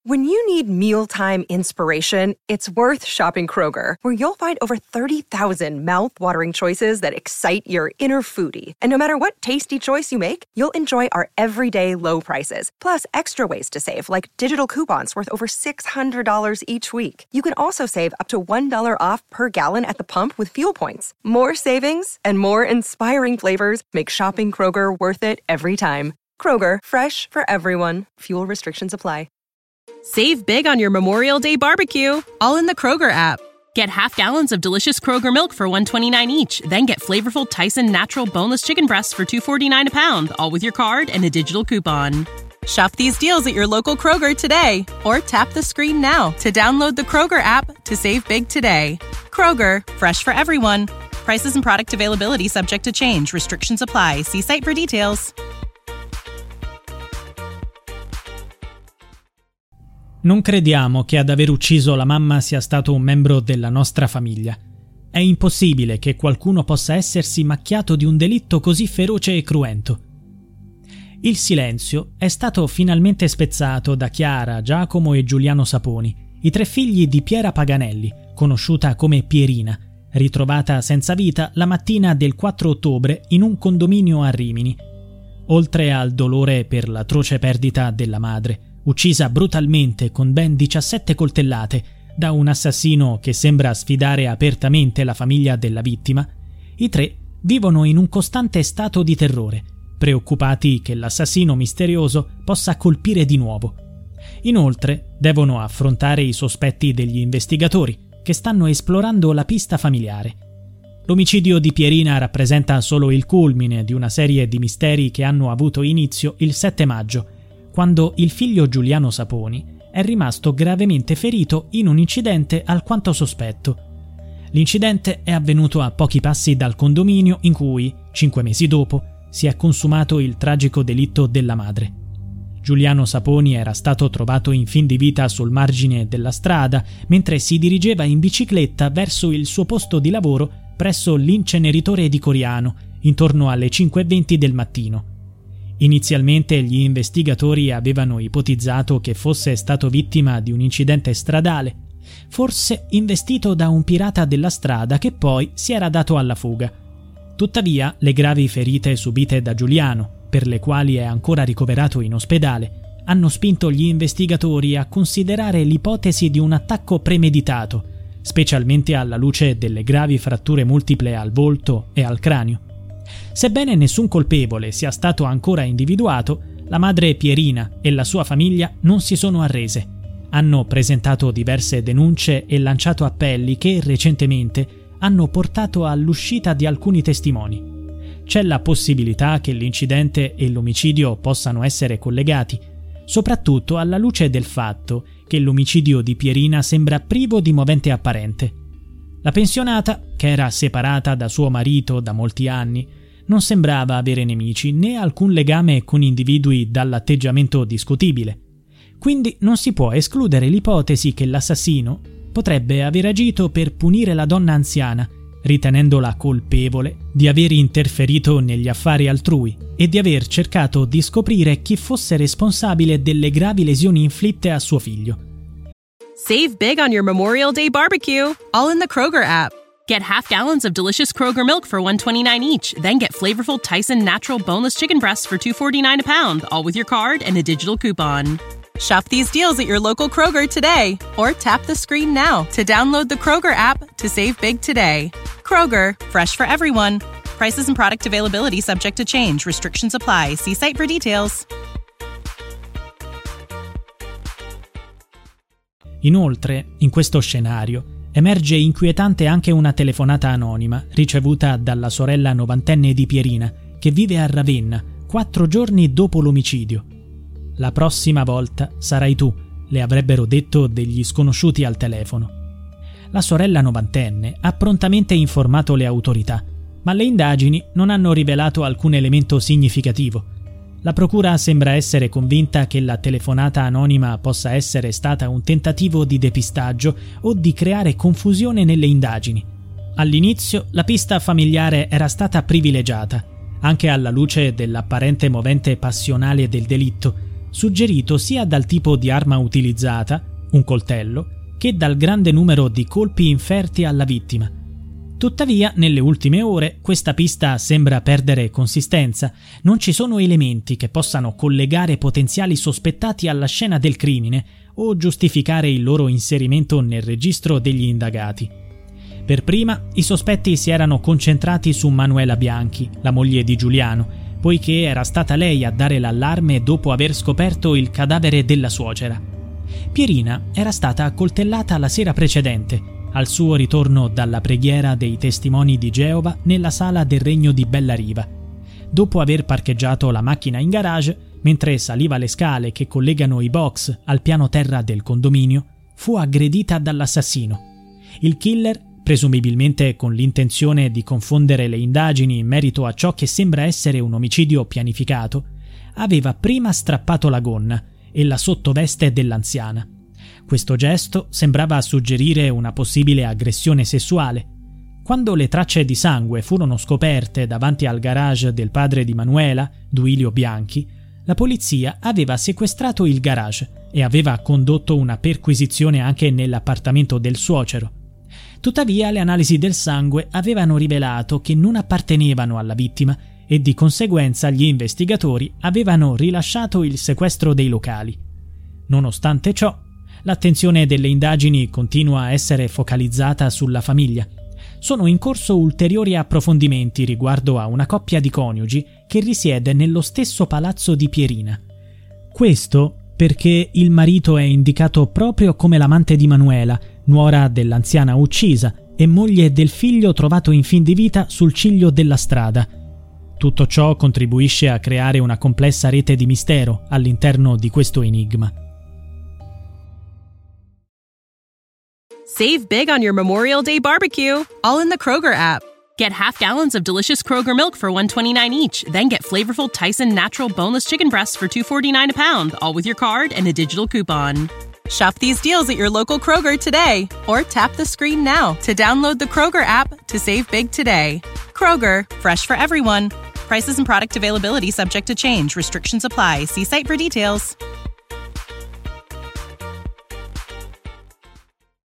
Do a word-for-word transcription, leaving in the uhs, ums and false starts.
When you need mealtime inspiration, it's worth shopping Kroger, where you'll find over thirty thousand mouth-watering choices that excite your inner foodie. And no matter what tasty choice you make, you'll enjoy our everyday low prices, plus extra ways to save, like digital coupons worth over six hundred dollars each week. You can also save up to one dollar off per gallon at the pump with fuel points. More savings and more inspiring flavors make shopping Kroger worth it every time. Kroger, fresh for everyone. Fuel restrictions apply. Save big on your Memorial Day barbecue, all in the Kroger app. Get half gallons of delicious Kroger milk for one dollar and twenty-nine cents each. Then get flavorful Tyson natural boneless chicken breasts for two dollars and forty-nine cents a pound, all with your card and a digital coupon. Shop these deals at your local Kroger today, or tap the screen now to download the Kroger app to save big today. Kroger, fresh for everyone. Prices and product availability subject to change. Restrictions apply. See site for details. Non crediamo che ad aver ucciso la mamma sia stato un membro della nostra famiglia. È impossibile che qualcuno possa essersi macchiato di un delitto così feroce e cruento. Il silenzio è stato finalmente spezzato da Chiara, Giacomo e Giuliano Saponi, i tre figli di Piera Paganelli, conosciuta come Pierina, ritrovata senza vita la mattina del quattro ottobre in un condominio a Rimini. Oltre al dolore per l'atroce perdita della madre, uccisa brutalmente con ben diciassette coltellate da un assassino che sembra sfidare apertamente la famiglia della vittima, i tre vivono in un costante stato di terrore, preoccupati che l'assassino misterioso possa colpire di nuovo. Inoltre, devono affrontare i sospetti degli investigatori, che stanno esplorando la pista familiare. L'omicidio di Pierina rappresenta solo il culmine di una serie di misteri che hanno avuto inizio il sette maggio, quando il figlio Giuliano Saponi è rimasto gravemente ferito in un incidente alquanto sospetto. L'incidente è avvenuto a pochi passi dal condominio in cui, cinque mesi dopo, si è consumato il tragico delitto della madre. Giuliano Saponi era stato trovato in fin di vita sul margine della strada mentre si dirigeva in bicicletta verso il suo posto di lavoro presso l'inceneritore di Coriano, intorno alle cinque e venti del mattino. Inizialmente gli investigatori avevano ipotizzato che fosse stato vittima di un incidente stradale, forse investito da un pirata della strada che poi si era dato alla fuga. Tuttavia, le gravi ferite subite da Giuliano, per le quali è ancora ricoverato in ospedale, hanno spinto gli investigatori a considerare l'ipotesi di un attacco premeditato, specialmente alla luce delle gravi fratture multiple al volto e al cranio. Sebbene nessun colpevole sia stato ancora individuato, la madre Pierina e la sua famiglia non si sono arrese. Hanno presentato diverse denunce e lanciato appelli che recentemente hanno portato all'uscita di alcuni testimoni. C'è la possibilità che l'incidente e l'omicidio possano essere collegati, soprattutto alla luce del fatto che l'omicidio di Pierina sembra privo di movente apparente. La pensionata, che era separata da suo marito da molti anni, non sembrava avere nemici né alcun legame con individui dall'atteggiamento discutibile. Quindi non si può escludere l'ipotesi che l'assassino potrebbe aver agito per punire la donna anziana, ritenendola colpevole di aver interferito negli affari altrui e di aver cercato di scoprire chi fosse responsabile delle gravi lesioni inflitte a suo figlio. Save big on your Memorial Day barbecue, all in the Kroger app. Get half gallons of delicious Kroger milk for one dollar and twenty-nine cents each. Then get flavorful Tyson natural boneless chicken breasts for two dollars and forty-nine cents a pound, all with your card and a digital coupon. Shop these deals at your local Kroger today, or tap the screen now to download the Kroger app to save big today. Kroger, fresh for everyone. Prices and product availability subject to change. Restrictions apply. See site for details. Inoltre, in questo scenario, emerge inquietante anche una telefonata anonima ricevuta dalla sorella novantenne di Pierina, che vive a Ravenna, quattro giorni dopo l'omicidio. «La prossima volta sarai tu», le avrebbero detto degli sconosciuti al telefono. La sorella novantenne ha prontamente informato le autorità, ma le indagini non hanno rivelato alcun elemento significativo. La procura sembra essere convinta che la telefonata anonima possa essere stata un tentativo di depistaggio o di creare confusione nelle indagini. All'inizio la pista familiare era stata privilegiata, anche alla luce dell'apparente movente passionale del delitto, suggerito sia dal tipo di arma utilizzata, un coltello, che dal grande numero di colpi inferti alla vittima. Tuttavia, nelle ultime ore, questa pista sembra perdere consistenza. Non ci sono elementi che possano collegare potenziali sospettati alla scena del crimine o giustificare il loro inserimento nel registro degli indagati. Per prima, i sospetti si erano concentrati su Manuela Bianchi, la moglie di Giuliano, poiché era stata lei a dare l'allarme dopo aver scoperto il cadavere della suocera. Pierina era stata accoltellata la sera precedente, al suo ritorno dalla preghiera dei testimoni di Geova nella sala del Regno di Bellariva. Dopo aver parcheggiato la macchina in garage, mentre saliva le scale che collegano i box al piano terra del condominio, fu aggredita dall'assassino. Il killer, presumibilmente con l'intenzione di confondere le indagini in merito a ciò che sembra essere un omicidio pianificato, aveva prima strappato la gonna e la sottoveste dell'anziana. Questo gesto sembrava suggerire una possibile aggressione sessuale. Quando le tracce di sangue furono scoperte davanti al garage del padre di Manuela, Duilio Bianchi, la polizia aveva sequestrato il garage e aveva condotto una perquisizione anche nell'appartamento del suocero. Tuttavia, le analisi del sangue avevano rivelato che non appartenevano alla vittima e di conseguenza gli investigatori avevano rilasciato il sequestro dei locali. Nonostante ciò, l'attenzione delle indagini continua a essere focalizzata sulla famiglia. Sono in corso ulteriori approfondimenti riguardo a una coppia di coniugi che risiede nello stesso palazzo di Pierina. Questo perché il marito è indicato proprio come l'amante di Manuela, nuora dell'anziana uccisa e moglie del figlio trovato in fin di vita sul ciglio della strada. Tutto ciò contribuisce a creare una complessa rete di mistero all'interno di questo enigma. Save big on your Memorial Day barbecue, all in the Kroger app. Get half gallons of delicious Kroger milk for one dollar and twenty-nine cents each. Then get flavorful Tyson natural boneless chicken breasts for two dollars and forty-nine cents a pound, all with your card and a digital coupon. Shop these deals at your local Kroger today, or tap the screen now to download the Kroger app to save big today. Kroger, fresh for everyone. Prices and product availability subject to change. Restrictions apply. See site for details.